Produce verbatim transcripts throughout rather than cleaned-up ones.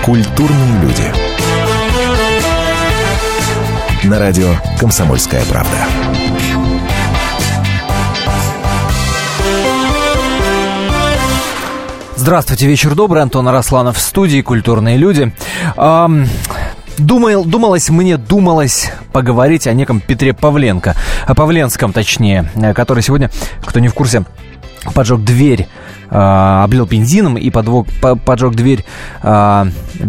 Культурные люди. На радио «Комсомольская правда». Здравствуйте, вечер добрый. Антон Арасланов в студии «Культурные люди». Эм, думал, думалось мне, думалось поговорить о неком Петре Павленко. О Павленском, точнее, который сегодня, кто не в курсе, поджег дверь, э, облил бензином и подвог, по, поджег дверь э,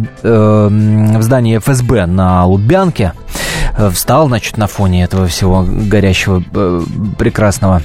э, в здании эф эс бэ на Лубянке. Э, встал, значит, на фоне этого всего горящего, э, прекрасного.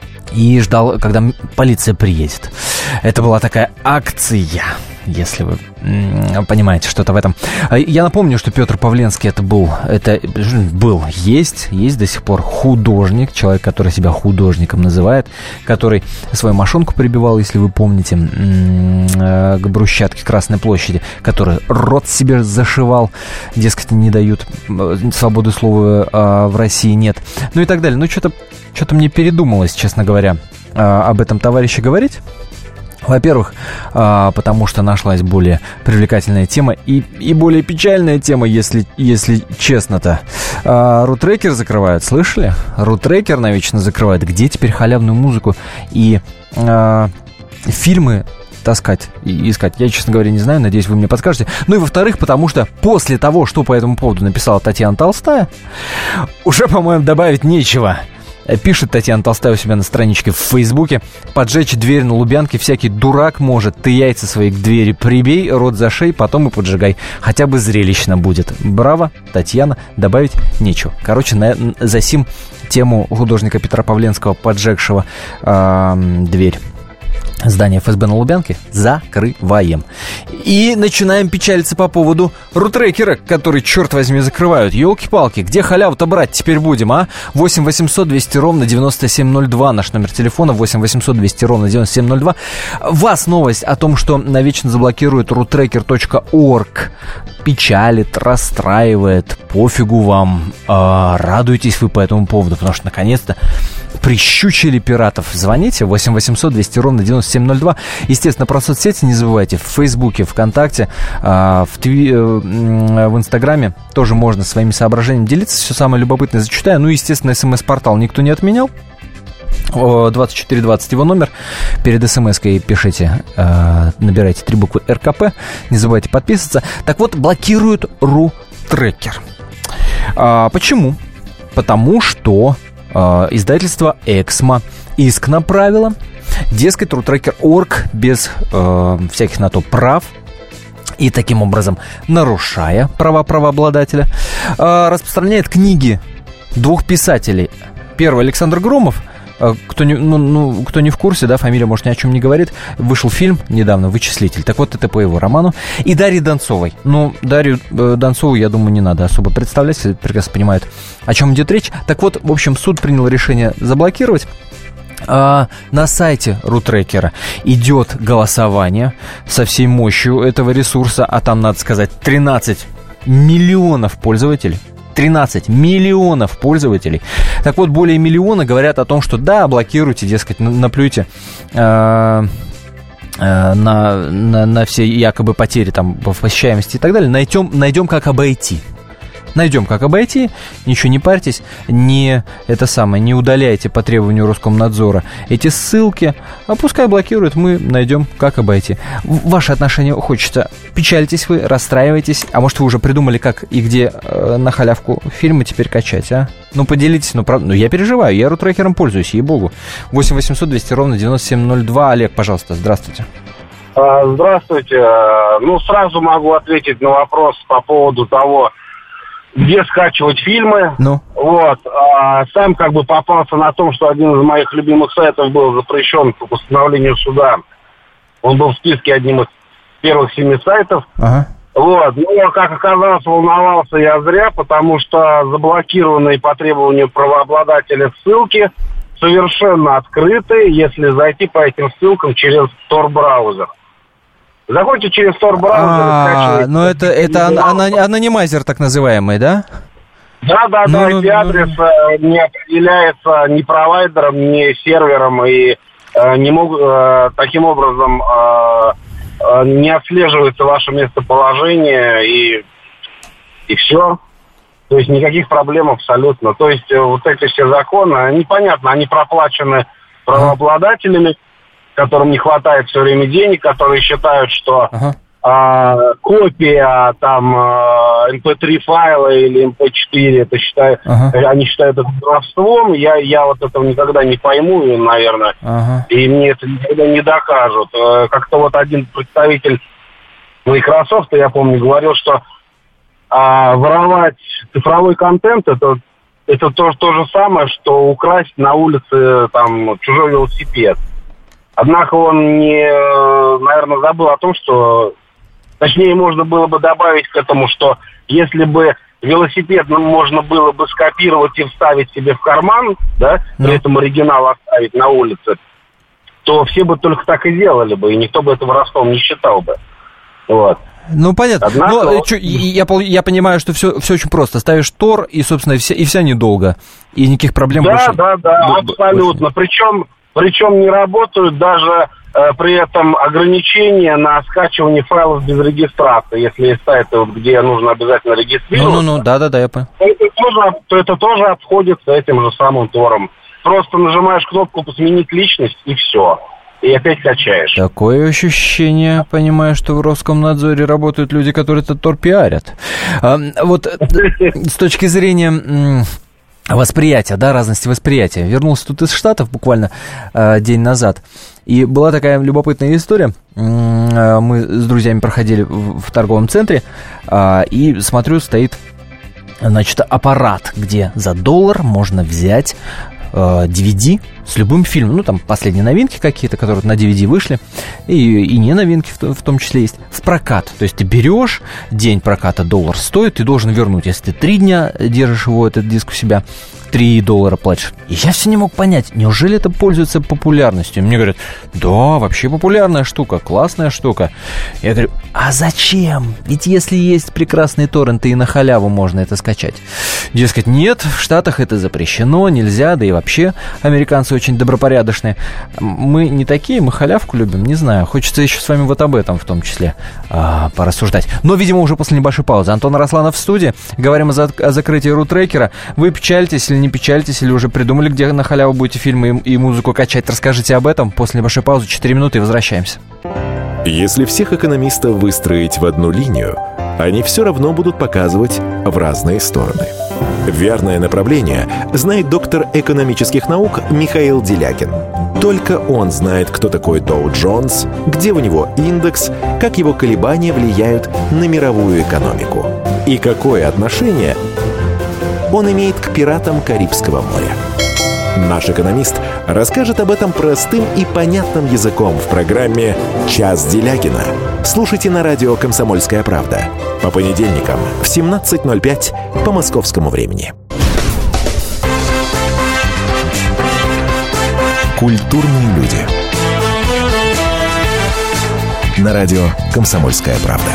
И ждал, когда полиция приедет. Это была такая акция, если вы м- понимаете что-то в этом. Я напомню, что Петр Павленский это был, это был, есть, есть до сих пор художник, человек, который себя художником называет, который свою мошонку прибивал, если вы помните, м- к брусчатке Красной площади, который рот себе зашивал, дескать, не дают, свободы слова а, в России нет, ну и так далее. Ну что-то Что-то мне передумалось, честно говоря, об этом товарище говорить. Во-первых, потому что нашлась более привлекательная тема и, и более печальная тема, если, если честно-то. Рутрекер закрывают, слышали? Рутрекер навечно закрывают. Где теперь халявную музыку и а, фильмы таскать и искать? Я, честно говоря, не знаю, надеюсь, вы мне подскажете. Ну и во-вторых, потому что после того, что по этому поводу написала Татьяна Толстая, уже, по-моему, добавить нечего. Пишет Татьяна Толстая у себя на страничке в Фейсбуке: поджечь дверь на Лубянке всякий дурак может. Ты яйца свои к двери прибей, рот зашей, потом и поджигай. Хотя бы зрелищно будет. Браво, Татьяна, добавить нечего. Короче, на, за сим тему художника Петра Павленского, поджегшего э, дверь здание эф эс бэ на Лубянке, закрываем. И начинаем печалиться по поводу рутрекера, который, черт возьми, закрывают. Ёлки-палки, где халяву-то брать теперь будем, а? восемь восемьсот двести ровно девяносто семь ноль два, наш номер телефона, восемь восемьсот двести ровно девяносто семь ноль два. Вас новость о том, что навечно заблокируют рутрекер точка орг, печалит, расстраивает, пофигу вам. А, радуйтесь вы по этому поводу, потому что, наконец-то, прищучили пиратов. Звоните восемь восемьсот двести ровно девяносто семь ноль два. Естественно, про соцсети не забывайте. В Фейсбуке, ВКонтакте, в, тви... в Инстаграме тоже можно своими соображениями делиться. Все самое любопытное зачитаю. Ну, естественно, СМС-портал никто не отменял. двадцать четыре двадцать его номер. Перед смс-кой пишите, набирайте три буквы эр ка пэ. Не забывайте подписываться. Так вот, блокируют рутрекер. Почему? Потому что издательство «Эксмо» иск направило. Дескать, рутрекер точка орг без э, всяких на то прав и таким образом, нарушая права правообладателя, э, распространяет книги двух писателей. Первый — Александр Громов. Кто не, ну, ну, кто не в курсе, да, фамилия, может, ни о чем не говорит. Вышел фильм недавно «Вычислитель». Так вот, это по его роману. И Дарьи Донцовой. Ну, Дарью э, Донцову, я думаю, не надо особо представлять. Все прекрасно понимают, о чем идет речь. Так вот, в общем, суд принял решение заблокировать. А на сайте рутрекера идет голосование со всей мощью этого ресурса. А там, надо сказать, тринадцать миллионов пользователей. тринадцать миллионов пользователей. Так вот, более миллиона говорят о том, что да, блокируйте, дескать, наплюйте э, э, на, на, на все якобы потери там, в посещаемости и так далее. Найдем, найдем как обойти. Найдем, как обойти, ничего не парьтесь, не, это самое, не удаляйте по требованию Роскомнадзора эти ссылки, а пускай блокируют, мы найдем, как обойти. Ваши отношения хочется, печальтесь вы, расстраивайтесь, а может вы уже придумали, как и где э, на халявку фильмы теперь качать, а? Ну поделитесь, ну правда, ну я переживаю, я рутрекером пользуюсь, ей-богу. восемь восемьсот двести ровно девяносто семь ноль два. Олег, пожалуйста, здравствуйте. Здравствуйте, ну сразу могу ответить на вопрос по поводу того, где скачивать фильмы. Ну. Вот. А, сам как бы попался на том, что один из моих любимых сайтов был запрещен по постановлению суда. Он был в списке одним из первых семи сайтов. Ага. Вот. Но, как оказалось, волновался я зря, потому что заблокированные по требованию правообладателя ссылки совершенно открыты, если зайти по этим ссылкам через Tor-браузер. Заходите через Tor-браузер и скачивайте. Ну это, это ан- ан- анонимайзер так называемый, да? Да, да, ну, да, ай пи-адрес ну... не определяется ни провайдером, ни сервером, и э, не мог, э, таким образом э, не отслеживается ваше местоположение, и, и все. То есть никаких проблем абсолютно. То есть вот эти все законы, они, понятно, они проплачены правообладателями, которым не хватает все время денег, которые считают, что uh-huh. а, копия там эм пэ три файла или эм пэ четыре, это считают, uh-huh. они считают это воровством. Я, я вот этого никогда не пойму, наверное, uh-huh. и мне это никогда не докажут. Как-то вот один представитель Microsoft, я помню, говорил, что а, воровать цифровой контент это, это то, то же самое, что украсть на улице там чужой велосипед. Однако он не, наверное, забыл о том, что... Точнее, можно было бы добавить к этому, что если бы велосипед можно было бы скопировать и вставить себе в карман, да, mm. при этом оригинал оставить на улице, то все бы только так и делали бы, и никто бы это воровством не считал бы. Вот. Ну, понятно. Однако... Но, чё, я, я понимаю, что все, все очень просто. Ставишь Тор, и, собственно, и вся, и вся недолго. И никаких проблем да, больше... Да, да, да, абсолютно. Больше. Причем, причем не работают даже э, при этом ограничения на скачивание файлов без регистрации. Если есть сайты, вот, где нужно обязательно регистрироваться. Ну-ну-ну, да-да-да, я понял. То это тоже, то это тоже обходится этим же самым Тором. Просто нажимаешь кнопку «Сменить личность» и все. И опять качаешь. Такое ощущение, понимаю, что в Роскомнадзоре работают люди, которые этот Тор пиарят. А, вот с точки зрения восприятия, да, разности восприятия. Вернулся тут из Штатов буквально э, день назад. И была такая любопытная история. Мы с друзьями проходили в, в торговом центре, э, и смотрю, стоит, значит, аппарат, где за доллар можно взять ди ви ди с любым фильмом. Ну, там последние новинки какие-то, которые на ди ви ди вышли, и, и не новинки в, в том числе есть, в прокат. То есть ты берешь, день проката доллар стоит, ты должен вернуть. Если ты три дня держишь его, этот диск у себя, три доллара платишь. И я все не мог понять, неужели это пользуется популярностью? Мне говорят, да, вообще популярная штука, классная штука. Я говорю, а зачем? Ведь если есть прекрасные торренты, и на халяву можно это скачать. Дескать, нет, в Штатах это запрещено, нельзя, да и вообще американцы очень добропорядочные. Мы не такие, мы халявку любим, не знаю. Хочется еще с вами вот об этом в том числе а, порассуждать. Но, видимо, уже после небольшой паузы. Антон Арасланов в студии. Говорим о, за- о закрытии рутрекера. Вы печальтесь или не печальтесь, или уже придумали, где на халяву будете фильмы и, и музыку качать? Расскажите об этом. После небольшой паузы четыре минуты и возвращаемся. Если всех экономистов выстроить в одну линию, они все равно будут показывать в разные стороны. Верное направление знает доктор экономических наук Михаил Делякин. Только он знает, кто такой Доу Джонс, где у него индекс, как его колебания влияют на мировую экономику и какое отношение он имеет к пиратам Карибского моря. Наш экономист расскажет об этом простым и понятным языком в программе «Час Делякина». Слушайте на радио «Комсомольская правда» по понедельникам в семнадцать ноль пять по московскому времени. Культурные люди. На радио «Комсомольская правда».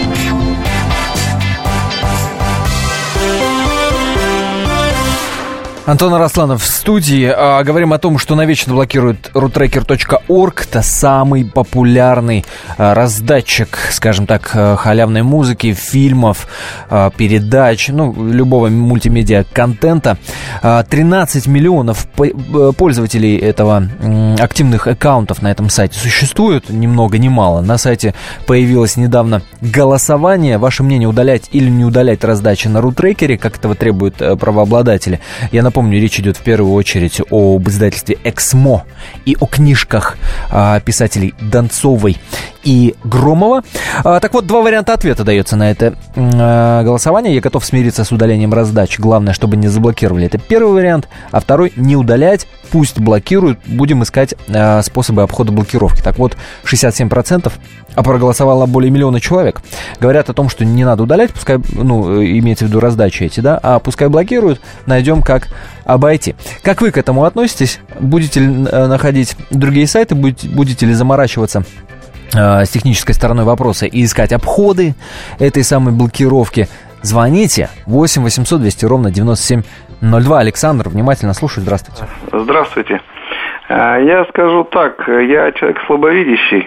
Антон Арасланов в студии. А, говорим о том, что навечно блокирует рутрекер точка орг. Это самый популярный а, раздатчик, скажем так, халявной музыки, фильмов, а, передач, ну, любого мультимедиа-контента. А, тринадцать миллионов пользователей этого, м, активных аккаунтов на этом сайте существует, ни много ни мало. На сайте появилось недавно голосование. Ваше мнение, удалять или не удалять раздачи на рутрекере, как этого требуют а, правообладатели. Я напомню, речь идет в первую очередь об издательстве «Эксмо» и о книжках а, писателей Донцовой и Громова. А, так вот, два варианта ответа дается на это а, голосование. Я готов смириться с удалением раздач. Главное, чтобы не заблокировали. Это первый вариант. А второй — не удалять. Пусть блокируют. Будем искать а, способы обхода блокировки. Так вот, шестьдесят семь процентов, а проголосовало более миллиона человек, говорят о том, что не надо удалять, пускай, ну, имеется в виду раздачи эти, да, а пускай блокируют, найдем, как обойти. Как вы к этому относитесь? Будете ли находить другие сайты? Будете, будете ли заморачиваться э, с технической стороной вопроса и искать обходы этой самой блокировки? Звоните восемь восемьсот двести ровно девяносто семь ноль два. Александр, внимательно слушаю. Здравствуйте. Здравствуйте. Я скажу так, я человек слабовидящий,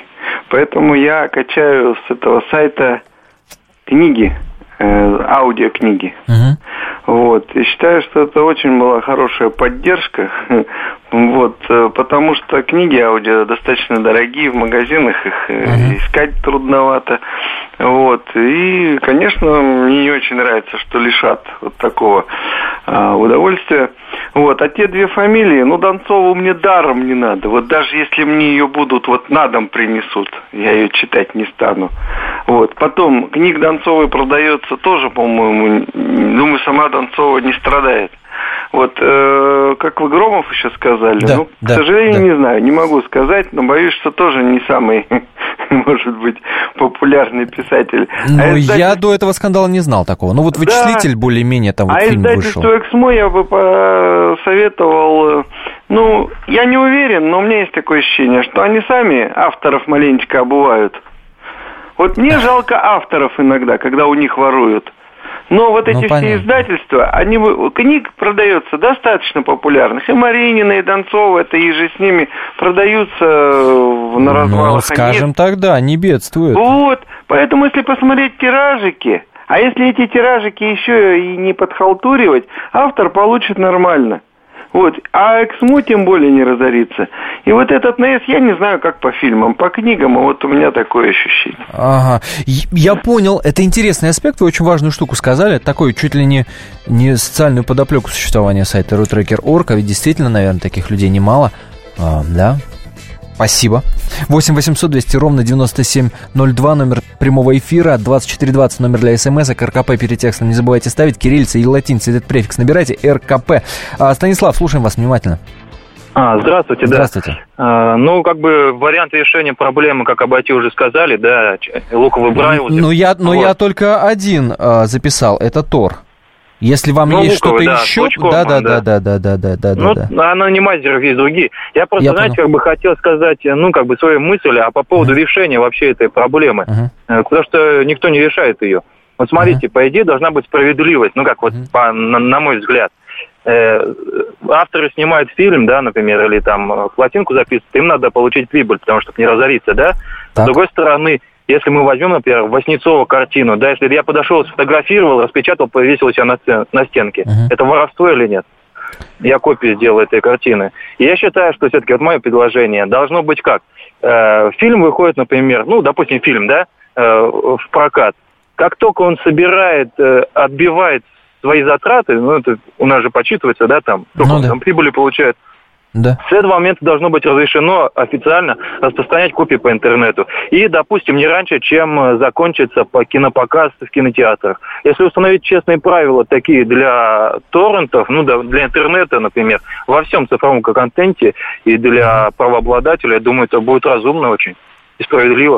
Поэтому я качаю с этого сайта книги, э, аудиокниги. Uh-huh. Вот. И считаю, что это очень была хорошая поддержка. Вот, потому что книги аудио достаточно дорогие, в магазинах их uh-huh. искать трудновато. Вот. И, конечно, мне не очень нравится, что лишат вот такого а, удовольствия. Вот. А те две фамилии, ну, Донцову мне даром не надо. Вот даже если мне ее будут вот на дом принесут, я ее читать не стану. Вот. Потом, книг Донцовой продается тоже, по-моему, думаю, сама Донцова не страдает. Вот, э, как вы, Громов еще сказали, да, ну, да, к сожалению, да. не знаю, не могу сказать, но боюсь, что тоже не самый, может быть, популярный писатель. Ну, а издатель... я до этого скандала не знал такого. Ну, вот «Вычислитель» да. более-менее там вот а фильм вышел. А издательству «Эксмо» я бы посоветовал, ну, я не уверен, но у меня есть такое ощущение, что они сами авторов маленечко обувают. Вот мне жалко авторов иногда, когда у них воруют. Но вот эти ну, все понятно. Издательства, они, книг продается достаточно популярных. И Маринина, и Донцова, это и же с ними продаются на развалах. Ну, скажем нет. так, да, не бедствуют. Вот, поэтому если посмотреть тиражики, а если эти тиражики еще и не подхалтуривать, автор получит нормально. Вот. А «Эксмо» тем более не разорится. И вот этот эн и эс, я не знаю, как по фильмам, по книгам, а вот у меня такое ощущение. Ага, я понял. Это интересный аспект, вы очень важную штуку сказали. Такой чуть ли не, не социальную подоплеку существования сайта рутрекер точка орг, а ведь действительно, наверное, таких людей немало. А, да. Спасибо. восемь восемьсот двести ровно девяносто семь ноль два, номер прямого эфира, двадцать четыре двадцать, номер для смс, РКП перед текстом не забывайте ставить, кириллица и латиница, этот префикс набирайте, РКП. А, Станислав, слушаем вас внимательно. А, здравствуйте, здравствуйте. Да. А, ну, как бы вариант решения проблемы, как обойти уже сказали, да, луковый браузер. Ну, я, но вот. я только один а, записал, это Тор. Если вам ну, есть луковый, что-то да, еще... Да, да, да, да, да, да, да, да, ну, да. анонимайзеров есть другие. Я просто, Я знаете, понял. как бы хотел сказать, ну, как бы свою мысль, а по поводу uh-huh. решения вообще этой проблемы. Uh-huh. Потому что никто не решает ее. Вот смотрите, uh-huh. по идее должна быть справедливость, ну, как вот, uh-huh. по, на, на мой взгляд. Э, авторы снимают фильм, да, например, или там пластинку записывают, им надо получить прибыль, потому что не разориться, да. Так. С другой стороны... Если мы возьмем, например, Васнецова картину, да, если я подошел, сфотографировал, распечатал, повесил себя на, стен, на стенке, uh-huh. это воровство или нет? Я копию сделал этой картины. И я считаю, что все-таки вот мое предложение должно быть как? Э, фильм выходит, например, ну, допустим, фильм, да, э, в прокат. Как только он собирает, э, отбивает свои затраты, ну, это у нас же подсчитывается, да, там, сколько ну, он да. там прибыли получает. Да. С этого момента должно быть разрешено официально распространять копии по интернету. И, допустим, не раньше, чем закончится кинопоказ в кинотеатрах. Если установить честные правила такие для торрентов, ну, для интернета, например, во всем цифровом контенте и для правообладателя, я думаю, это будет разумно очень и справедливо.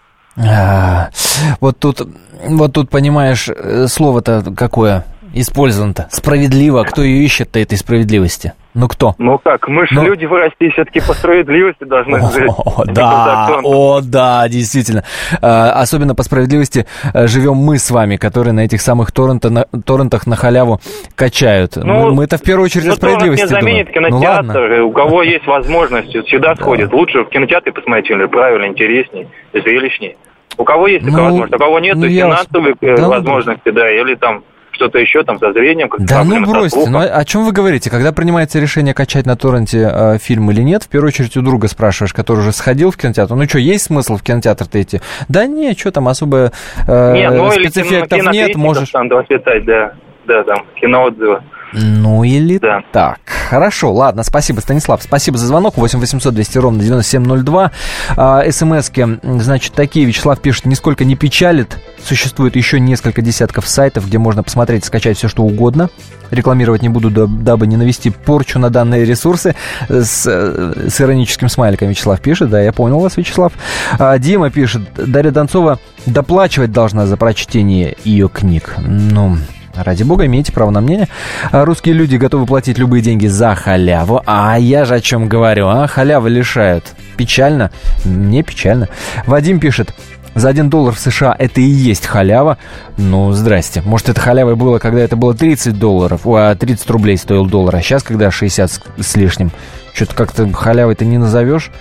А, вот тут, вот тут, понимаешь, слово-то какое использовано-то? Справедливо. Кто ее ищет-то, этой справедливости? Ну, кто? Ну как, мы же ну... люди в России все-таки по справедливости должны жить. О, да, о, да, действительно. Особенно по справедливости живем мы с вами, которые на этих самых торрентах на халяву качают. Ну, мы-то в первую очередь о справедливости думаем. Ну, торрент не заменит кинотеатр. У кого есть возможность, сюда сходит. Лучше в кинотеатре посмотреть фильм, правильно, интереснее, зрелищнее. У кого есть такая возможность, у кого нет, то финансовые возможности, да, или там... что-то еще там со зрением. Да ну бросьте, ну о чем вы говорите? Когда принимается решение качать на торренте э, фильм или нет, в первую очередь у друга спрашиваешь, который уже сходил в кинотеатр. Ну что, есть смысл в кинотеатр-то идти? Да нет, что там особо э, не, ну, спецэффектов кино, нет, можешь... Там писать, да, да, там, киноотзывы. Ну или да. так. Хорошо, ладно, спасибо, Станислав. Спасибо за звонок. восемь восемьсот двести ровно девяносто семь ноль два. А, СМСки, значит, такие. Вячеслав пишет, нисколько не печалит. Существует еще несколько десятков сайтов, где можно посмотреть, скачать все, что угодно. Рекламировать не буду, дабы не навести порчу на данные ресурсы. С, с ироническим смайликом Вячеслав пишет. Да, я понял вас, Вячеслав. А, Дима пишет, Дарья Донцова доплачивать должна за прочтение ее книг. Ну... Ради бога, имеете право на мнение. Русские люди готовы платить любые деньги за халяву. А я же о чем говорю, а? Халявы лишают. Печально? Не печально. Вадим пишет, за один доллар в США это и есть халява. Ну, здрасте. Может, это халявой было, когда это было тридцать долларов, а тридцать рублей стоил доллар. А сейчас, когда шестьдесят с лишним, что-то как-то халявой-то не назовешь.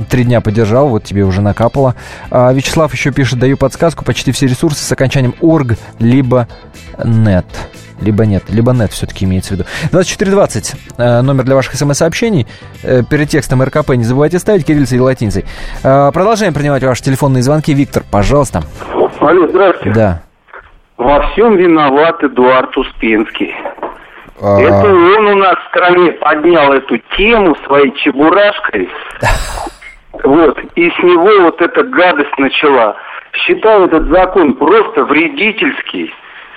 Три дня подержал, вот тебе уже накапало. А, Вячеслав еще пишет, даю подсказку, почти все ресурсы с окончанием org, либо нет. Либо нет, либо нет все-таки имеется в виду. двадцать четыре двадцать, э, номер для ваших смс-сообщений. Э, перед текстом РКП не забывайте ставить кириллицей и латиницей. Э, продолжаем принимать ваши телефонные звонки. Виктор, пожалуйста. Алло, здравствуйте. Да. Во всем виноват Эдуард Успенский. А... Это он у нас в стране поднял эту тему своей чебурашкой. Вот. И с него вот эта гадость начала. Считаю этот закон просто вредительский.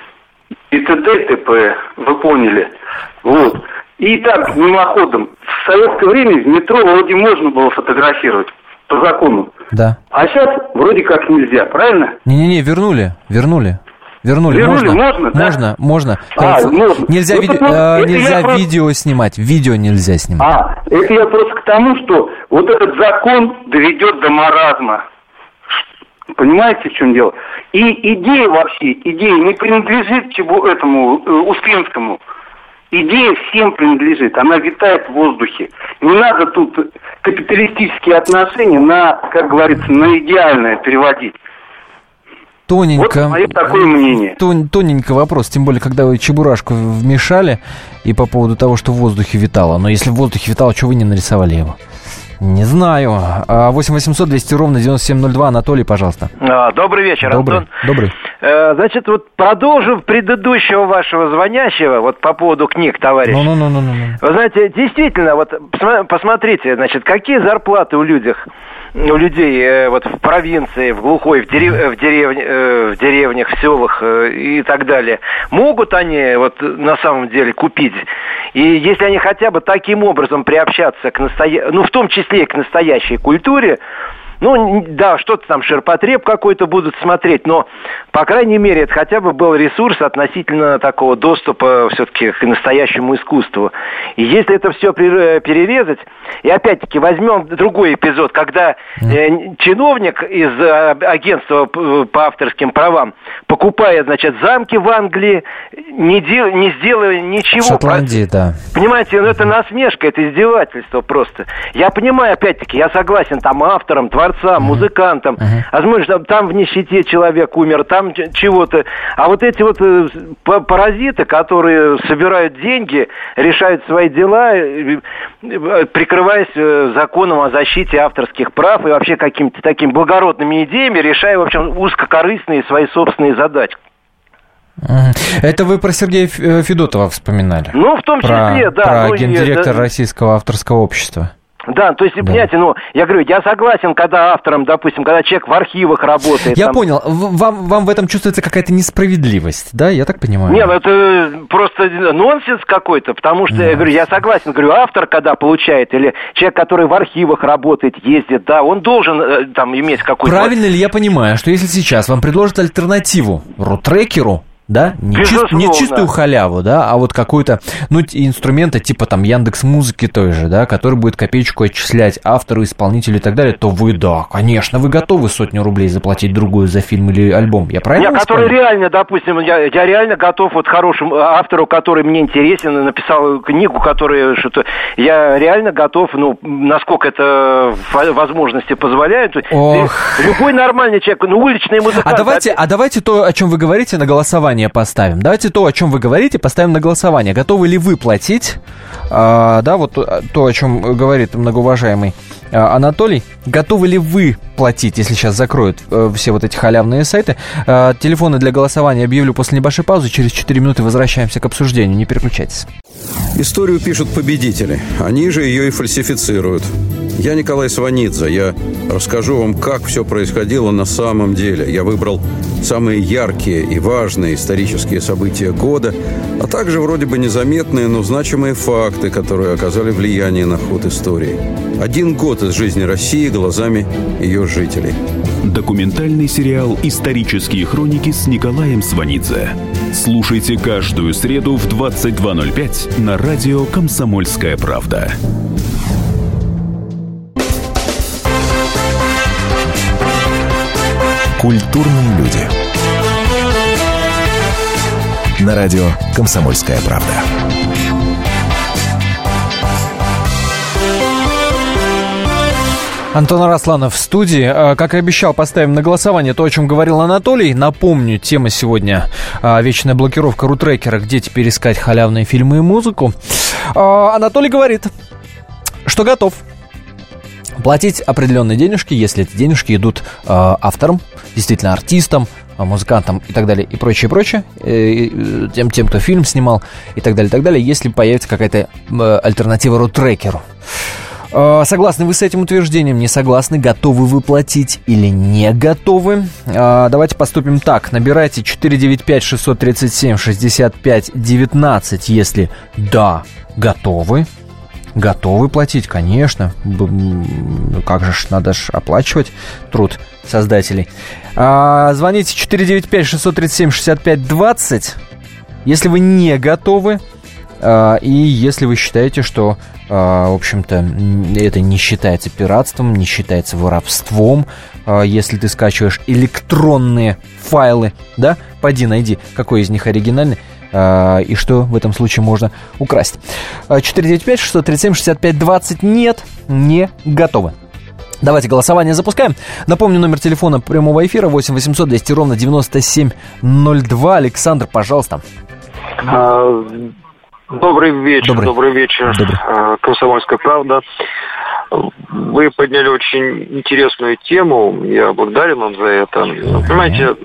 И т.д. и т.п. Вы поняли. Вот. И так, мимоходом, в советское время в метро вроде можно было фотографировать по закону. Да. А сейчас вроде как нельзя, правильно? Не-не-не, вернули, вернули. Вернули, Вернули, можно? можно, да? Можно, можно. А, Ф... можно. Нельзя, Ну, виде... потому, э, нельзя просто... видео снимать. Видео нельзя снимать. А, это я просто к тому, что вот этот закон доведет до маразма. Понимаете, в чем дело? И идея вообще, идея не принадлежит чему, этому э, Успенскому. Идея всем принадлежит, она витает в воздухе. Не надо тут капиталистические отношения на, как говорится, на идеальное переводить. Тоненько. Вот мое такое мнение. Тон, тоненько вопрос, тем более, когда вы чебурашку вмешали, и по поводу того, что в воздухе витало. Но если в воздухе витало, что вы не нарисовали его? Не знаю. восемь восемьсот двести ровно девяносто семь ноль два. Анатолий, пожалуйста. А, добрый вечер, Добрый. Антон. Добрый. Э, значит, вот продолжив предыдущего вашего звонящего, вот по поводу книг, товарищ. Ну-ну-ну-ну-ну. Вы знаете, действительно, вот посмотрите, значит, какие зарплаты у людей, у людей э, вот в провинции, в глухой, в, дерев, в, деревне, э, в деревнях, в селах э, и так далее. Могут они вот на самом деле купить? И если они хотя бы таким образом приобщаться к настоя... ну, в том числе и к настоящей культуре, ну, да, что-то там ширпотреб какой-то будут смотреть, но, по крайней мере, это хотя бы был ресурс относительно такого доступа все-таки к настоящему искусству. И если это все перерезать, и опять-таки возьмем другой эпизод, когда э, чиновник из э, агентства по авторским правам покупает, значит, замки в Англии, не, дел, не сделая ничего. В Шотландии, да. Понимаете, ну это насмешка, это издевательство просто. Я понимаю, опять-таки, я согласен, там авторам, творцам, музыкантам. Uh-huh. Возможно, там в нищете человек умер, там чего-то. А вот эти вот паразиты, которые собирают деньги, решают свои дела, прикрываясь законом о защите авторских прав и вообще какими-то такими благородными идеями, решая, в общем, узкокорыстные свои собственные задачи. Это вы про Сергея Федотова вспоминали? Ну, в том числе, про, да. Про ну, гендиректора да. Российского авторского общества. Да, то есть, да. Понимаете, ну, я говорю, я согласен, когда автором, допустим, когда человек в архивах работает. Я там... понял, вам, вам в этом чувствуется какая-то несправедливость, да, я так понимаю? Нет, ну это просто нонсенс какой-то, потому что, да. я говорю, я согласен, говорю, автор, когда получает, или человек, который в архивах работает, ездит, да, он должен там иметь какой-то... Правильно ли я понимаю, что если сейчас вам предложат альтернативу рутрекеру, да, не, чист, не чистую халяву, да, а вот какой-то, ну, инструмента типа там Яндекс.Музыки той же, да, который будет копеечку отчислять автору, исполнителю и так далее, то вы, да, конечно, вы готовы сотню рублей заплатить другую за фильм или альбом, я правильно Нет, который реально, допустим, я, я реально готов вот хорошему автору, который мне интересен, написал книгу, которая что-то, я реально готов, ну, насколько это возможности позволяют. Ох. Любой нормальный человек, ну, уличный музыкант. А давайте, а давайте то, о чем вы говорите, на голосование поставим. Давайте то, о чем вы говорите, поставим на голосование. Готовы ли вы платить? А, да, вот то, о чем говорит многоуважаемый а, Анатолий. Готовы ли вы платить, если сейчас закроют а, все вот эти халявные сайты? А, телефоны для голосования объявлю после небольшой паузы. Через четыре минуты возвращаемся к обсуждению. Не переключайтесь. Историю пишут победители. Они же ее и фальсифицируют. Я Николай Сванидзе. Я расскажу вам, как все происходило на самом деле. Я выбрал самые яркие и важные исторические события года, а также вроде бы незаметные, но значимые факты, которые оказали влияние на ход истории. Один год из жизни России глазами ее жителей. Документальный сериал «Исторические хроники» с Николаем Сванидзе. Слушайте каждую среду в двадцать два ноль пять на радио «Комсомольская правда». Культурные люди. На радио «Комсомольская правда». Антон Арасланов в студии. Как и обещал, поставим на голосование то, о чем говорил Анатолий. Напомню, тема сегодня — вечная блокировка рутрекера, где теперь искать халявные фильмы и музыку. Анатолий говорит, что готов платить определенные денежки, если эти денежки идут авторам, действительно артистам, музыкантам и так далее, и прочее, прочее, тем, тем, кто фильм снимал, и так далее, и так далее, если появится какая-то альтернатива рутрекеру. Согласны вы с этим утверждением? Не согласны? Готовы вы платить или не готовы? Давайте поступим так. Набирайте четыре девять пять шесть три семь шесть пять один девять, если да, готовы. Готовы платить, конечно. Как же ж, надо ж оплачивать труд создателей. Звоните четыре девять пять шесть три семь шесть пять двадцать, если вы не готовы. И если вы считаете, что, в общем-то, это не считается пиратством, не считается воровством, если ты скачиваешь электронные файлы, да, поди найди, какой из них оригинальный, и что в этом случае можно украсть. четыре девять пять шесть три семь шесть пять двадцать. Нет, не готовы. Давайте голосование запускаем. Напомню, номер телефона прямого эфира восемь восемьсот двести ровно девяносто семь ноль два. Александр, пожалуйста. Добрый вечер, добрый, добрый вечер, добрый. «Комсомольская правда». Вы подняли очень интересную тему, я благодарен вам за это. Mm-hmm. Понимаете,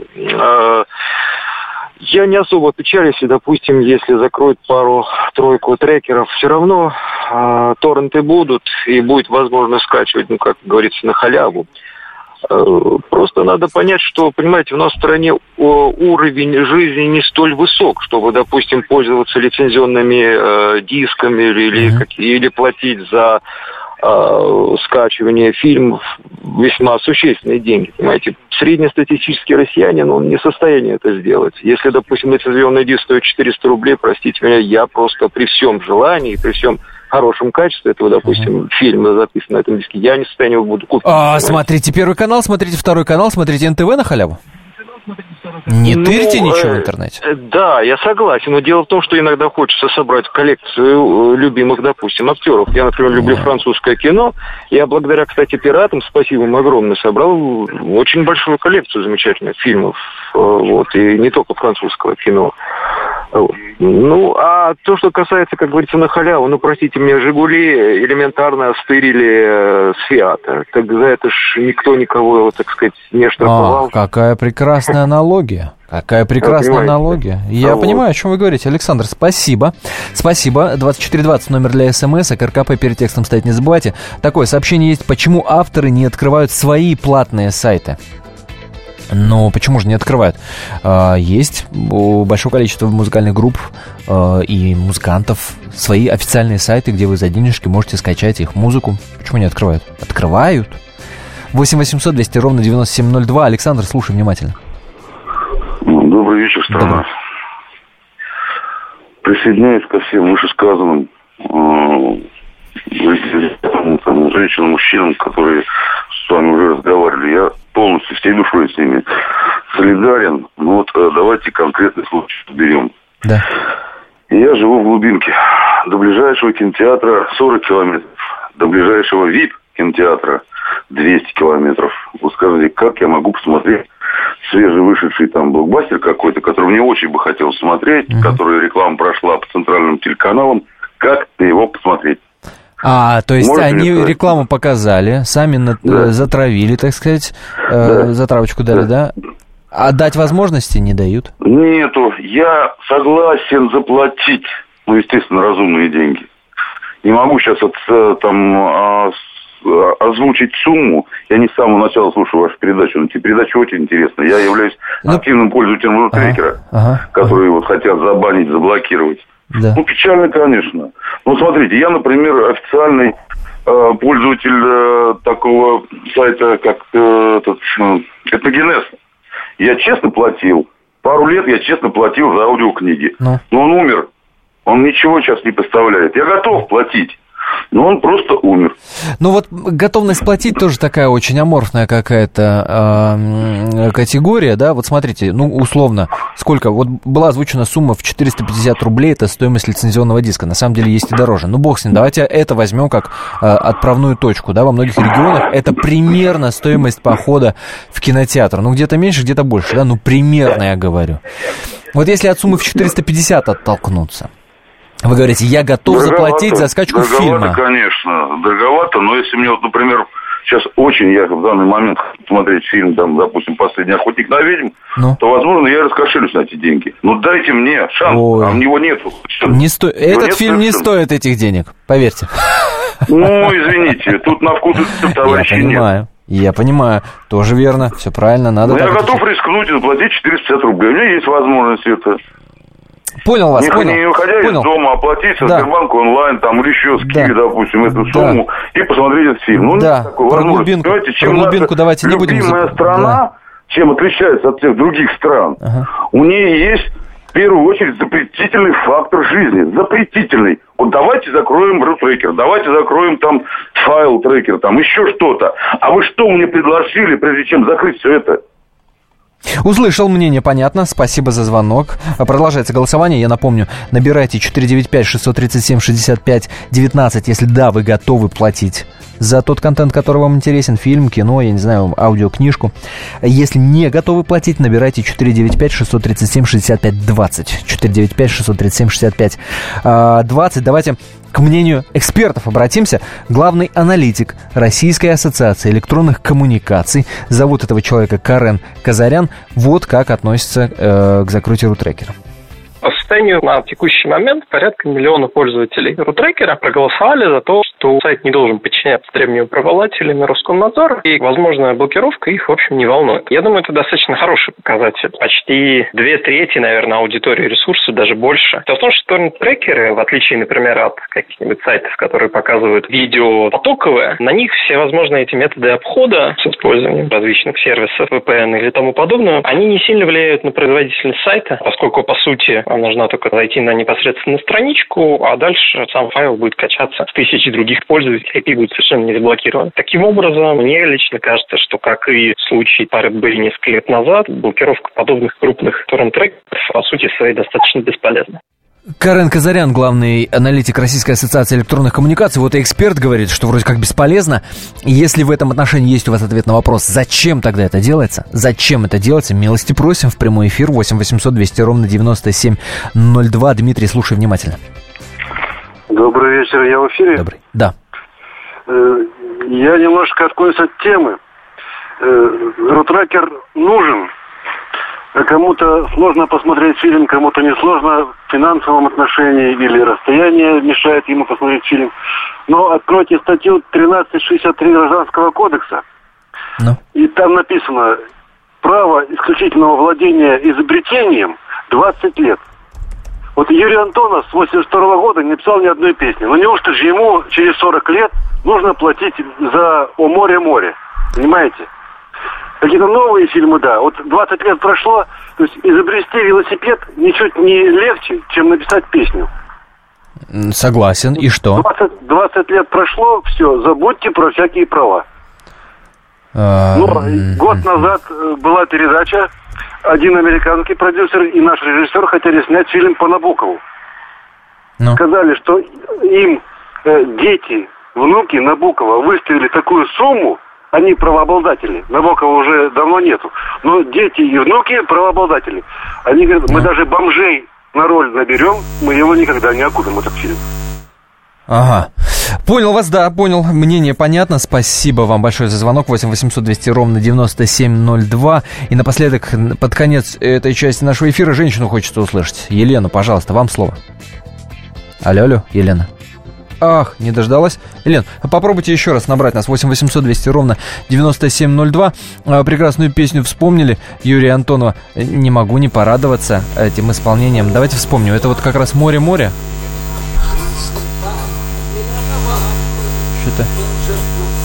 я не особо печалюсь, если, допустим, если закроют пару-тройку трекеров, все равно торренты будут, и будет возможность скачивать, ну, как говорится, на халяву. Просто надо понять, что, понимаете, у нас в стране уровень жизни не столь высок, чтобы, допустим, пользоваться лицензионными э, дисками или, mm-hmm. или платить за э, скачивание фильмов весьма существенные деньги. Понимаете, среднестатистический россиянин, он не в состоянии это сделать. Если, допустим, лицензионный диск стоит четыреста рублей, простите меня, я просто при всем желании, при всем хорошем качестве этого, допустим, uh-huh. фильма записан на этом диске, я не в состоянии его буду купить. А, смотрите Первый канал, смотрите Второй канал, смотрите эн тэ вэ на халяву. Не ну, тырьте ничего в интернете. Э, да, я согласен, но дело в том, что иногда хочется собрать коллекцию любимых, допустим, актеров. Я, например, люблю yeah. французское кино. Я благодаря, кстати, пиратам, спасибо им огромное, собрал очень большую коллекцию замечательных фильмов. Вот, и не только французского кино. Вот. Ну, а то, что касается, как говорится, на халяву, ну, простите меня, «Жигули» элементарно остырили э, с «Фиата». Так за это ж никто никого, так сказать, не штрафовал. Ах, какая прекрасная аналогия. Какая прекрасная аналогия. Я а понимаю, вот. О чем вы говорите. Александр, спасибо. Спасибо. двадцать четыре двадцать номер для СМС, а КРКП перед текстом стоять не забывайте. Такое сообщение есть. Почему авторы не открывают свои платные сайты? Но почему же не открывают? Есть большое количество музыкальных групп и музыкантов, свои официальные сайты, где вы за денежки можете скачать их музыку. Почему не открывают? Открывают. восемь восемьсот двести ровно девяносто семь ноль два. Александр, слушай внимательно. Добрый вечер, страна. Присоединяюсь ко всем вышесказанным женщинам, мужчинам, которые с вами уже разговаривали. Я полностью всей душой с ними солидарен. Ну вот давайте конкретный случай берем. Да. Я живу в глубинке. До ближайшего кинотеатра сорок километров. До ближайшего ви ай пи кинотеатра двести километров. Вот скажите, как я могу посмотреть свежевышедший там блокбастер какой-то, который мне очень бы хотелось смотреть, mm-hmm. который реклама прошла по центральным телеканалам, как его посмотреть? А, то есть Можете они рекламу показали, сами на... да. затравили, так сказать, да. э, затравочку дали, да. да? А дать возможности не дают? Нету. Я согласен заплатить, ну, естественно, разумные деньги. Не могу сейчас от, там озвучить сумму. Я не с самого начала слушаю вашу передачу, но эти передачи очень интересны. Я являюсь ну... активным пользователем рутрекера, ага, ага, которые ага. вот хотят забанить, заблокировать. Да. Ну, печально, конечно. Ну, смотрите, я, например, официальный э, пользователь э, такого сайта, как э, этот, э, Этногенез. Я честно платил. Пару лет я честно платил за аудиокниги. Ну. Но он умер. Он ничего сейчас не поставляет. Я готов платить. но он просто умер. Ну вот готовность платить тоже такая очень аморфная какая-то э, категория, да, вот смотрите, ну условно, сколько, вот была озвучена сумма в четыреста пятьдесят рублей, это стоимость лицензионного диска, на самом деле есть и дороже, ну бог с ним, давайте это возьмем как э, отправную точку, да, во многих регионах это примерно стоимость похода в кинотеатр, ну где-то меньше, где-то больше, да, ну примерно я говорю. Вот если от суммы в четыреста пятьдесят оттолкнуться, вы говорите, я готов дороговато, заплатить за скачку дороговато, фильма. Конечно, дороговато, но если мне, вот, например, сейчас очень я в данный момент смотреть фильм, там, допустим, «Последний охотник на ведьм», ну? то, возможно, я раскошелюсь на эти деньги. Ну, дайте мне шанс, Ой. а у него нету. Не сто... Этот нет фильм не стоит этих денег, поверьте. Ну, извините, тут на вкус товарищей нет. Я понимаю. Я понимаю, тоже верно, все правильно, надо. Но я готов отвечать. Рискнуть и заплатить четыреста пятьдесят рублей. У меня есть возможность это. Понял вас, не, понял. Не выходя понял. из дома, оплатить со да. Сбербанка онлайн, там, или еще с да. Киви, допустим, эту да. сумму, и посмотреть этот фильм. Ну, да, такой про глубинку, Давайте, чем про глубинку давайте не будем... Любимая страна, да. чем отличается от всех других стран, ага. у нее есть... В первую очередь запретительный фактор жизни. Запретительный. Вот давайте закроем рутрекер, давайте закроем там файл трекер, там еще что-то. А вы что мне предложили, прежде чем закрыть все это? Услышал мнение, понятно. Спасибо за звонок. Продолжается голосование. Я напомню, набирайте четыре девять пять шесть три семь шесть пять один девять, если да, вы готовы платить за тот контент, который вам интересен, фильм, кино, я не знаю, аудиокнижку. Если не готовы платить, набирайте четыре девять пять шесть три семь шесть пять двадцать. четыре девять пять шесть три семь шесть пять двадцать. Давайте к мнению экспертов обратимся. Главный аналитик Российской ассоциации электронных коммуникаций, зовут этого человека Карен Казарян, вот как относится э, к закрытию рутрекера. По состоянию на текущий момент порядка миллиона пользователей рутрекера проголосовали за то, что сайт не должен подчиняться требованиям правообладателями Роскомнадзора, и возможная блокировка их, в общем, не волнует. Я думаю, это достаточно хороший показатель. Почти две трети, наверное, аудитории ресурса, даже больше. Дело в том, что торрент-трекеры, в отличие, например, от каких-нибудь сайтов, которые показывают видео потоковые, на них все возможные эти методы обхода с использованием различных сервисов, ви пи эн или тому подобное, они не сильно влияют на производительность сайта, поскольку, по сути, вам нужно только зайти на непосредственно страничку, а дальше сам файл будет качаться с тысячи других пользователей, ай пи будет совершенно не заблокирован. Таким образом, мне лично кажется, что, как и в случае пары были несколько лет назад, блокировка подобных крупных торрент-трекеров, по сути своей, достаточно бесполезна. Карен Казарян, главный аналитик Российской ассоциации электронных коммуникаций. Вот и эксперт говорит, что вроде как бесполезно. Если в этом отношении есть у вас ответ на вопрос, зачем тогда это делается? Зачем это делается? Милости просим в прямой эфир восемь восемьсот двести ровно девяносто семь ноль два. Дмитрий, слушай внимательно. Добрый вечер, я в эфире. Добрый, да. Я немножко отклонюсь от темы. Рутрекер нужен. Кому-то сложно посмотреть фильм, кому-то не сложно в финансовом отношении или расстояние мешает ему посмотреть фильм. Но откройте статью тринадцать шестьдесят три Гражданского кодекса. No. И там написано: право исключительного владения изобретением двадцать лет. Вот Юрий Антонов с восемьдесят второго года не написал ни одной песни. Но неужто же ему через сорок лет нужно платить за «О море, море»? Понимаете? Какие-то новые фильмы, да. Вот двадцать лет прошло, то есть изобрести велосипед ничуть не легче, чем написать песню. Согласен. И что? двадцать, двадцать лет прошло, все, забудьте про всякие права. Ну, год назад была передача, один американский продюсер и наш режиссер хотели снять фильм по Набокову. Ну. Сказали, что им э, дети, внуки Набокова выставили такую сумму. Они правообладатели. Набокова уже давно нету. Но дети и внуки правообладатели. Они говорят, мы даже бомжей на роль наберем, мы его никогда не окупим, этот фильм. Ага. Понял вас, да, понял. Мнение понятно. Спасибо вам большое за звонок. восемь восемьсот двести ровно девяносто семь ноль два. И напоследок, под конец этой части нашего эфира, женщину хочется услышать. Елена, пожалуйста, вам слово. Алло, алло, Елена. Ах, не дождалась. Елен, попробуйте еще раз набрать нас. восемь восемьсот двести ровно девяносто семь ноль два. Прекрасную песню вспомнили Юрия Антонова. Не могу не порадоваться этим исполнением. Давайте вспомним. Это вот как раз «Море-море». Что-то...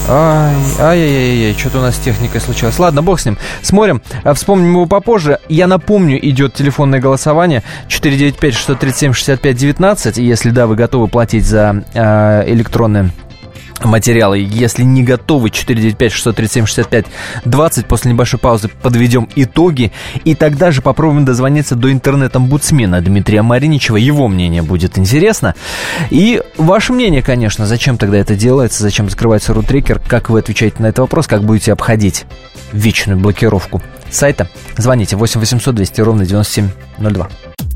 Ай, ай-яй-яй, что-то у нас с техникой случилось. Ладно, бог с ним. Смотрим, вспомним его попозже. Я напомню, идет телефонное голосование четыре девять пять шестьсот тридцать семь шестьдесят пять девятнадцать. Если да, вы готовы платить за э, электронные материалы. Если не готовы, четыре девять пять шестьсот тридцать семь шестьдесят пять двадцать. После небольшой паузы подведем итоги. И тогда же попробуем дозвониться до интернет-омбудсмена Дмитрия Мариничева. Его мнение будет интересно. И ваше мнение, конечно, зачем тогда это делается, зачем закрывается рутрекер, как вы отвечаете на этот вопрос, как будете обходить вечную блокировку сайта. Звоните восемь восемьсот двести ровно девяносто семь ноль два.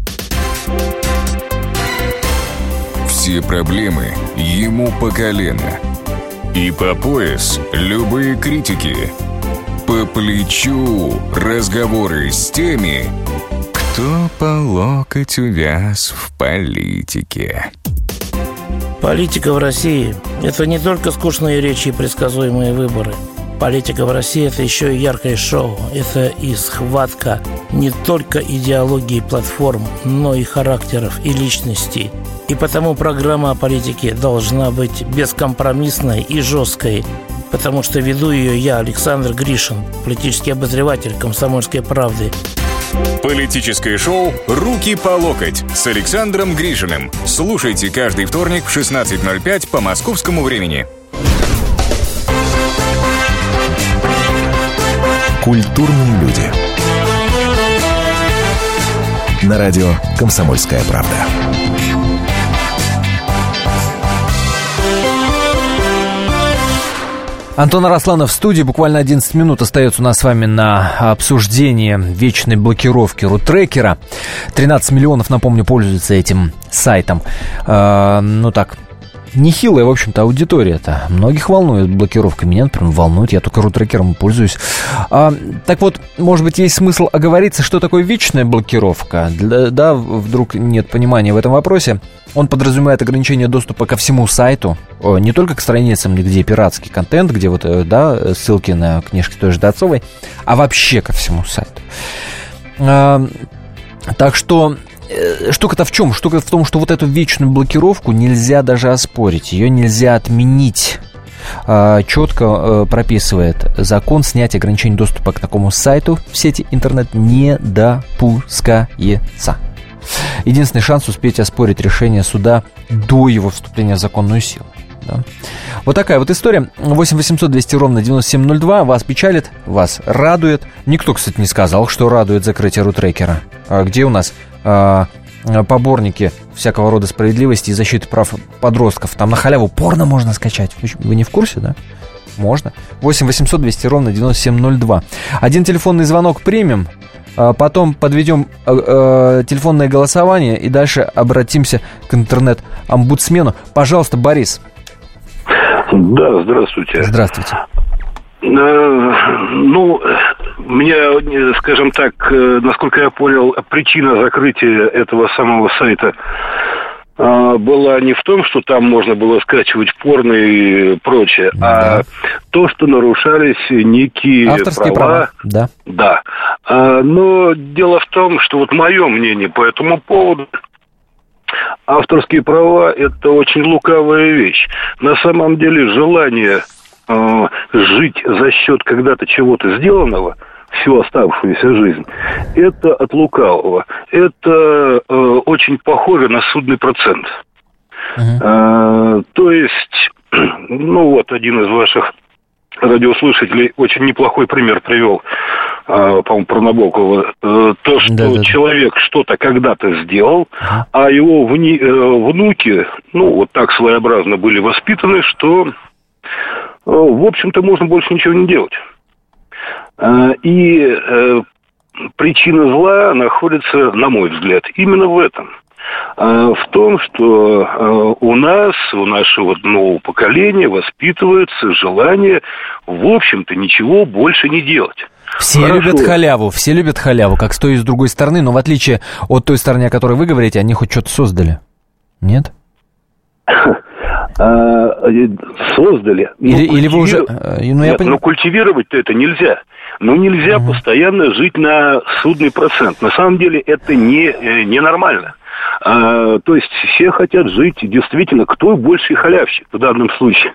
Все проблемы ему по колено. И по пояс любые критики. По плечу разговоры с теми, кто по локоть увяз в политике. Политика в России – это не только скучные речи и предсказуемые выборы. Политика в России – это еще и яркое шоу. Это и схватка не только идеологии платформ, но и характеров и личностей. И потому программа о политике должна быть бескомпромиссной и жесткой, потому что веду ее я, Александр Гришин, политический обозреватель «Комсомольской правды». Политическое шоу «Руки по локоть» с Александром Гришиным. Слушайте каждый вторник в шестнадцать ноль пять по московскому времени. Культурные люди. На радио «Комсомольская правда». Антон Арасланов в студии. Буквально одиннадцать минут остается у нас с вами на обсуждение вечной блокировки рутрекера. тринадцать миллионов, напомню, пользуются этим сайтом. Э, ну так, нехилая, в общем-то, аудитория-то. Многих волнует блокировка. Меня, например, волнует. Я только рутрекером пользуюсь. А, так вот, может быть, есть смысл оговориться, что такое вечная блокировка? Для, да, вдруг нет понимания в этом вопросе. Он подразумевает ограничение доступа ко всему сайту. Не только к страницам, где пиратский контент, где вот, да, ссылки на книжки той же Дацовой, а вообще ко всему сайту. А, так что... Штука-то в чем? Штука в том, что вот эту вечную блокировку нельзя даже оспорить, ее нельзя отменить. Четко прописывает закон, снятие ограничений доступа к такому сайту в сети интернет не допускается. Единственный шанс успеть оспорить решение суда до его вступления в законную силу. Да. Вот такая вот история. восемь восемьсот двести ровно девяносто семь ноль два. Вас печалит, вас радует. Никто, кстати, не сказал, что радует закрытие рутрекера. А где у нас а, поборники всякого рода справедливости и защиты прав подростков? Там на халяву порно можно скачать. Вы, вы не в курсе, да? Можно. восемь восемьсот двести ровно девяносто семь ноль два. Один телефонный звонок примем. Потом подведем э, э, телефонное голосование и дальше обратимся к интернет-омбудсмену. Пожалуйста, Борис. Да, здравствуйте. Здравствуйте. Ну, мне, скажем так, насколько я понял, причина закрытия этого самого сайта была не в том, что там можно было скачивать порно и прочее, да. а то, что нарушались некие авторские права. права. Да. Да. Но дело в том, что вот мое мнение по этому поводу, авторские права – это очень лукавая вещь. На самом деле желание э, жить за счет когда-то чего-то сделанного всю оставшуюся жизнь – это от лукавого. Это э, очень похоже на судный процент. Uh-huh. Э, то есть, ну вот один из ваших радиослушателей очень неплохой пример привел, э, по-моему, про Набокова. Э, то, что да, да, человек да. что-то когда-то сделал, uh-huh. а его вни, э, внуки, ну, вот так своеобразно были воспитаны, что, э, в общем-то, можно больше ничего не делать. Э, и э, причина зла находится, на мой взгляд, именно в этом. В том, что у нас, у нашего нового поколения воспитывается желание, в общем-то, ничего больше не делать. Все Хорошо. любят халяву, все любят халяву, как с той и с другой стороны, но в отличие от той стороны, о которой вы говорите, они хоть что-то создали. Нет? Создали. Или, или вы уже... Ну, Нет, пон... но культивировать-то это нельзя. Ну, нельзя угу. постоянно жить на судный процент. На самом деле это не, ненормально. А, то есть все хотят жить, действительно, кто больший халявщик в данном случае.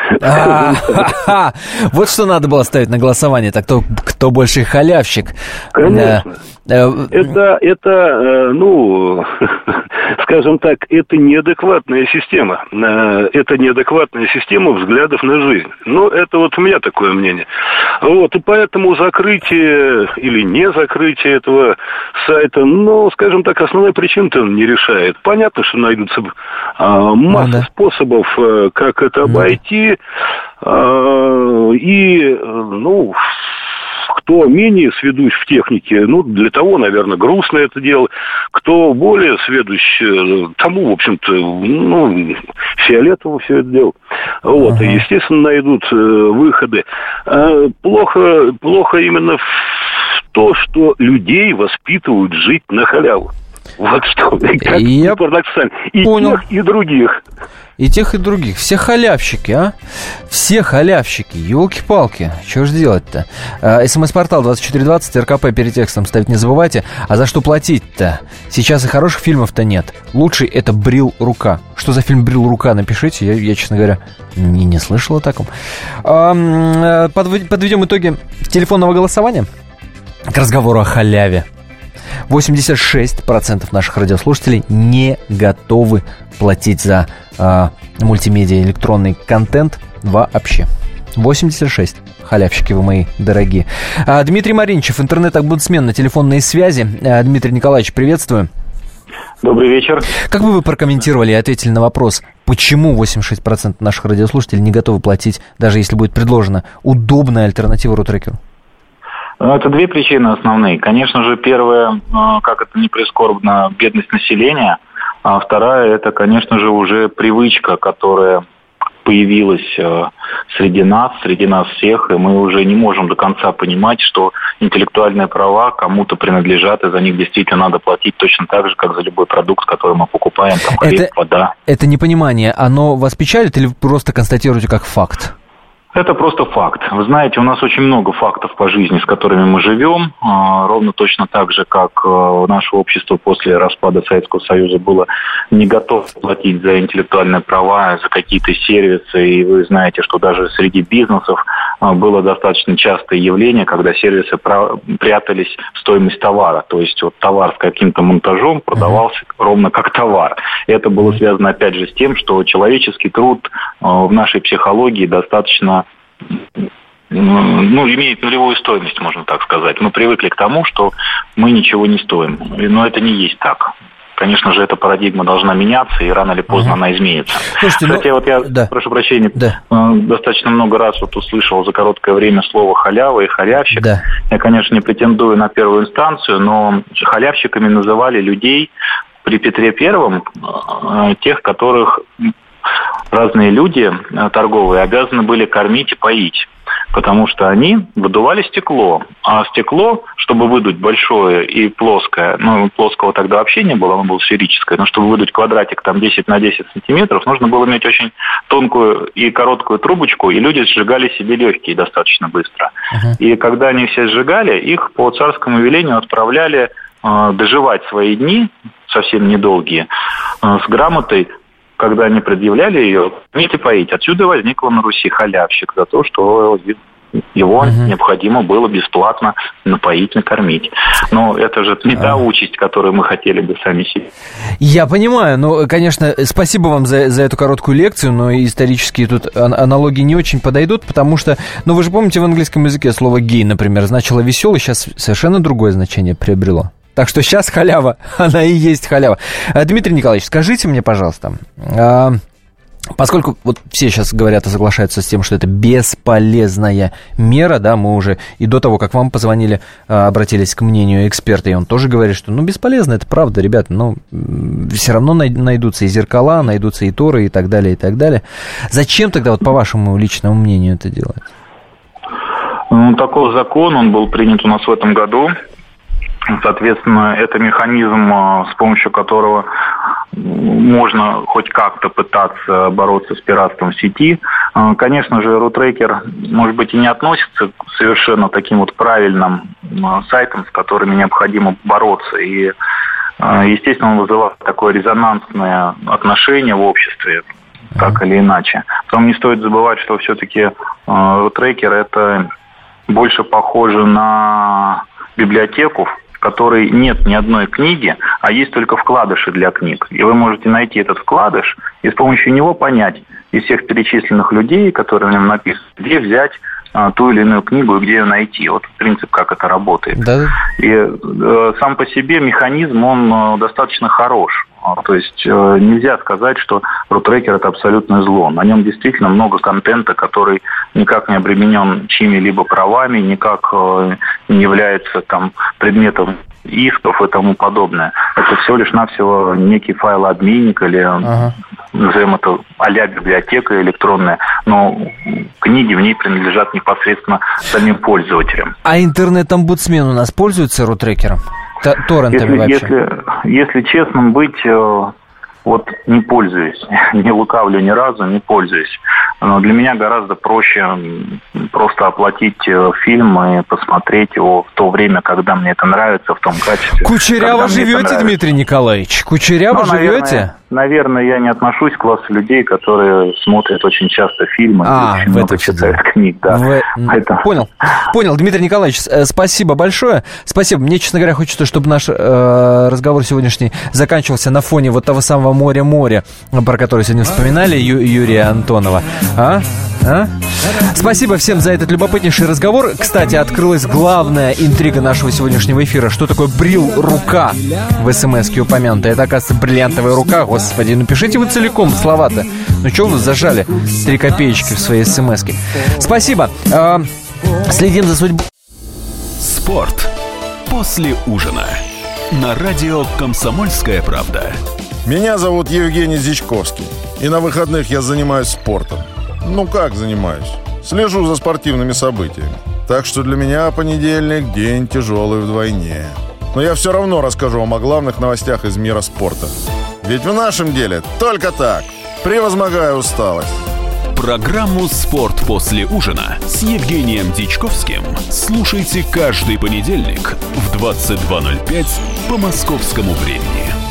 Вот что надо было ставить на голосование, так кто, кто больше халявщик. Конечно. Это, это, ну, скажем так, это неадекватная система. Это неадекватная система взглядов на жизнь. Ну, это вот у меня такое мнение. Вот, и поэтому закрытие или не закрытие этого сайта, ну, скажем так, основная причина-то он не решает. Понятно, что найдутся а, масса ну, да. способов, как это обойти. А, и, ну... Кто менее сведущ в технике, ну, для того, наверное, грустно это дело. Кто более сведущ, тому, в общем-то, ну, фиолетово все это дело. Вот, ага. И, естественно, найдут э, выходы. А, плохо, плохо именно в то, что людей воспитывают жить на халяву. Вот что, как Я парадоксально. И понял. тех, и других. И тех, и других. Все халявщики, а? Все халявщики. Ёлки-палки. Чего ж делать-то? СМС-портал двадцать четыре двадцать, РКП перед текстом ставить не забывайте. А за что платить-то? Сейчас и хороших фильмов-то нет. Лучший это «Брил рука». Что за фильм «Брил рука»? Напишите. Я, я честно говоря, не, не слышал о таком. Подведем итоги телефонного голосования к разговору о халяве. восемьдесят шесть процентов наших радиослушателей не готовы платить за э, мультимедиа электронный контент вообще. восемьдесят шесть. Халявщики вы мои дорогие. А, Дмитрий Маринчев, интернет-омбудсмен на телефонной связи. А, Дмитрий Николаевич, приветствую. Добрый вечер. Как бы вы прокомментировали и ответили на вопрос, почему восемьдесят шесть процентов наших радиослушателей не готовы платить, даже если будет предложена удобная альтернатива рутрекеру? Это две причины основные. Конечно же, первая, как это ни прискорбно, бедность населения. А вторая, это, конечно же, уже привычка, которая появилась среди нас, среди нас всех, и мы уже не можем до конца понимать, что интеллектуальные права кому-то принадлежат, и за них действительно надо платить точно так же, как за любой продукт, который мы покупаем, там хлеб, это, вода. Это непонимание, оно вас печалит или вы просто констатируете как факт? Это просто факт. Вы знаете, у нас очень много фактов по жизни, с которыми мы живем. Ровно точно так же, как наше общество после распада Советского Союза было не готово платить за интеллектуальные права, за какие-то сервисы. И вы знаете, что даже среди бизнесов было достаточно частое явление, когда сервисы прятались в стоимость товара. То есть вот товар с каким-то монтажом продавался uh-huh. ровно как товар. И это было связано опять же с тем, что человеческий труд в нашей психологии достаточно ну, имеет нулевую стоимость, можно так сказать. Мы привыкли к тому, что мы ничего не стоим. Но это не есть так. Конечно же, эта парадигма должна меняться, и рано или поздно uh-huh. она изменится. Слушайте, Кстати, ну... вот я, да. прошу прощения, да. достаточно много раз вот услышал за короткое время слово «халява» и «халявщик». Да. Я, конечно, не претендую на первую инстанцию, но халявщиками называли людей при Петре Первом, тех, которых... разные люди торговые обязаны были кормить и поить, потому что они выдували стекло. А стекло, чтобы выдуть большое и плоское, ну, плоского тогда вообще не было, оно было сферическое, но чтобы выдуть квадратик там десять на десять сантиметров, нужно было иметь очень тонкую и короткую трубочку, и люди сжигали себе легкие достаточно быстро. Uh-huh. И когда они все сжигали, их по царскому велению отправляли э, доживать свои дни, совсем недолгие, э, с грамотой, когда они предъявляли ее, кормить и поить. Отсюда возникла на Руси халявщик за то, что его uh-huh. необходимо было бесплатно напоить, накормить. Но это же не та uh-huh. участь, которую мы хотели бы сами себе. Я понимаю, ну, конечно, спасибо вам за, за эту короткую лекцию, но исторические тут аналогии не очень подойдут, потому что, ну, вы же помните, в английском языке слово «гей», например, значило «веселый», сейчас совершенно другое значение приобрело. Так что сейчас халява, она и есть халява. Дмитрий Николаевич, скажите мне, пожалуйста, поскольку вот все сейчас говорят и соглашаются с тем, что это бесполезная мера, да, мы уже и до того, как вам позвонили, обратились к мнению эксперта, и он тоже говорит, что, ну, бесполезно, это правда, ребята, ну, все равно найдутся и зеркала, найдутся и торы, и так далее, и так далее. Зачем тогда, вот по вашему личному мнению, это делать? Ну, такой закон, он был принят у нас в этом году. Соответственно, это механизм, с помощью которого можно хоть как-то пытаться бороться с пиратством в сети. Конечно же, рутрекер, может быть, и не относится к совершенно таким вот правильным сайтам, с которыми необходимо бороться. И естественно, он вызывает такое резонансное отношение в обществе, так или иначе. Потом не стоит забывать, что все-таки рутрекер это больше похоже на библиотеку, в которой нет ни одной книги, а есть только вкладыши для книг. И вы можете найти этот вкладыш и с помощью него понять из всех перечисленных людей, которые в нем написаны, где взять а, ту или иную книгу и где ее найти. Вот принцип, как это работает. Да. И э, сам по себе механизм, он э, достаточно хорош. То есть э, нельзя сказать, что рутрекер это абсолютное зло. На нем действительно много контента, который никак не обременен чьими-либо правами, никак э, не является там предметом исков и тому подобное. Это всего лишь навсего некий файлообменник или, ага. назовем это, а-ля библиотека электронная, но книги в ней принадлежат непосредственно самим пользователям. А интернет-омбудсмен у нас пользуется рутрекером? Торрентами если, вообще? Если, если честным быть, вот не пользуюсь, не лукавлю ни разу, не пользуюсь. Но для меня гораздо проще просто оплатить фильм и посмотреть его в то время, когда мне это нравится, в том качестве. Кучеряво живете, Дмитрий Николаевич? Кучеряво ну, живете? Наверное, я не отношусь к классу людей, которые смотрят очень часто фильмы а, и очень много читают книг. Да. В... Это... Понял. Понял, Дмитрий Николаевич, спасибо большое. Спасибо. Мне, честно говоря, хочется, чтобы наш э, разговор сегодняшний заканчивался на фоне вот того самого моря-моря, про которое сегодня вспоминали, Ю- Юрия Антонова. А? А? Спасибо всем за этот любопытнейший разговор. Кстати, открылась главная интрига нашего сегодняшнего эфира. Что такое брил-рука в смс-ке упомянутая? Это, оказывается, бриллиантовая рука. Господи, напишите вы целиком слова-то. Ну что вы зажали три копеечки в своей смс-ке? Спасибо. А, следим за судьбой. Спорт после ужина. На радио «Комсомольская правда». Меня зовут Евгений Зичковский. И на выходных я занимаюсь спортом. Ну как занимаюсь? Слежу за спортивными событиями. Так что для меня понедельник день тяжелый вдвойне. Но я все равно расскажу вам о главных новостях из мира спорта. Ведь в нашем деле только так. Превозмогая усталость. Программу «Спорт после ужина» с Евгением Дичковским слушайте каждый понедельник в двадцать два ноль пять по московскому времени.